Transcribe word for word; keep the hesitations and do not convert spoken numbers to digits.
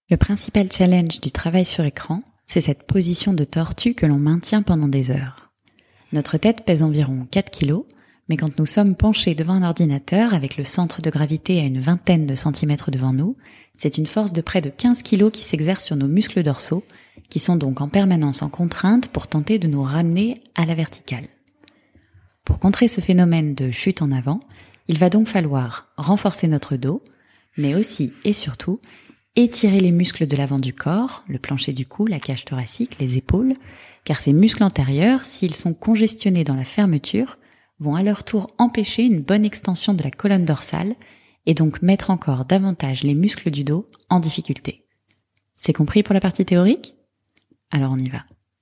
Le principal challenge du travail sur écran, c'est cette position de tortue que l'on maintient pendant des heures. Notre tête pèse environ quatre kilos, mais quand nous sommes penchés devant un ordinateur avec le centre de gravité à une vingtaine de centimètres devant nous, c'est une force de près de quinze kilos qui s'exerce sur nos muscles dorsaux, qui sont donc en permanence en contrainte pour tenter de nous ramener à la verticale. Pour contrer ce phénomène de chute en avant, il va donc falloir renforcer notre dos, mais aussi et surtout étirer les muscles de l'avant du corps, le plancher du cou, la cage thoracique, les épaules, car ces muscles antérieurs, s'ils sont congestionnés dans la fermeture, vont à leur tour empêcher une bonne extension de la colonne dorsale et donc mettre encore davantage les muscles du dos en difficulté. C'est compris pour la partie théorique ? Alors on y va.